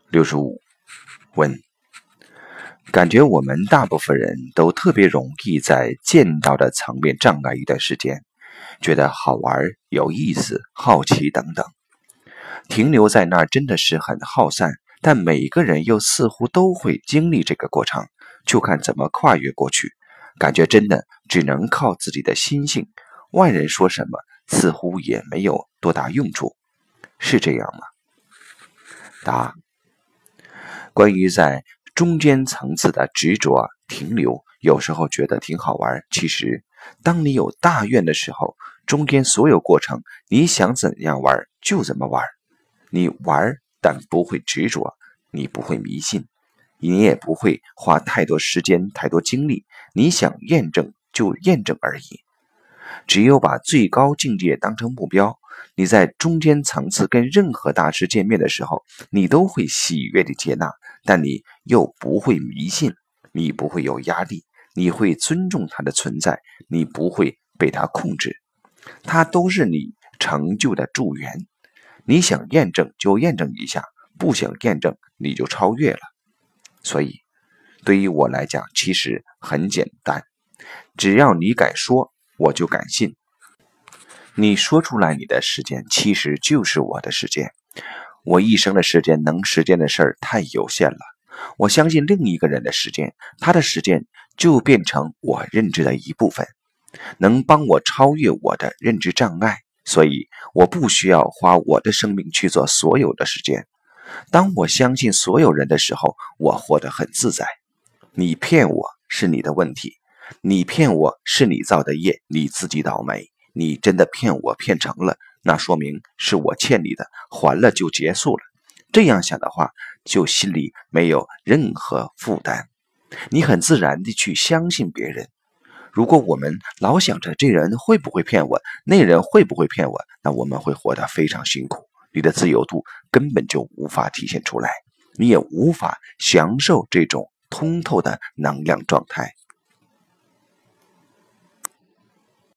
65。问：感觉我们大部分人都特别容易在见到的层面障碍一段时间，觉得好玩、有意思、好奇等等，停留在那儿真的是很耗散，但每个人又似乎都会经历这个过程，就看怎么跨越过去。感觉真的只能靠自己的心性，外人说什么似乎也没有多大用处，是这样吗？答：关于在中间层次的执着停留，有时候觉得挺好玩，其实当你有大愿的时候，中间所有过程你想怎样玩就怎么玩，你玩但不会执着，你不会迷信，你也不会花太多时间太多精力，你想验证就验证而已。只有把最高境界当成目标，你在中间层次跟任何大师见面的时候，你都会喜悦地接纳，但你又不会迷信，你不会有压力，你会尊重他的存在，你不会被他控制，他都是你成就的助缘。你想验证就验证一下，不想验证你就超越了。所以对于我来讲其实很简单，只要你敢说，我就敢信。你说出来你的时间其实就是我的时间，我一生的时间能实践的事儿太有限了，我相信另一个人的时间，他的时间就变成我认知的一部分，能帮我超越我的认知障碍，所以我不需要花我的生命去做所有的时间。当我相信所有人的时候，我活得很自在。你骗我是你的问题，你骗我是你造的业，你自己倒霉。你真的骗我骗成了，那说明是我欠你的，还了就结束了。这样想的话，就心里没有任何负担，你很自然地去相信别人。如果我们老想着这人会不会骗我，那人会不会骗我，那我们会活得非常辛苦，你的自由度根本就无法体现出来，你也无法享受这种通透的能量状态。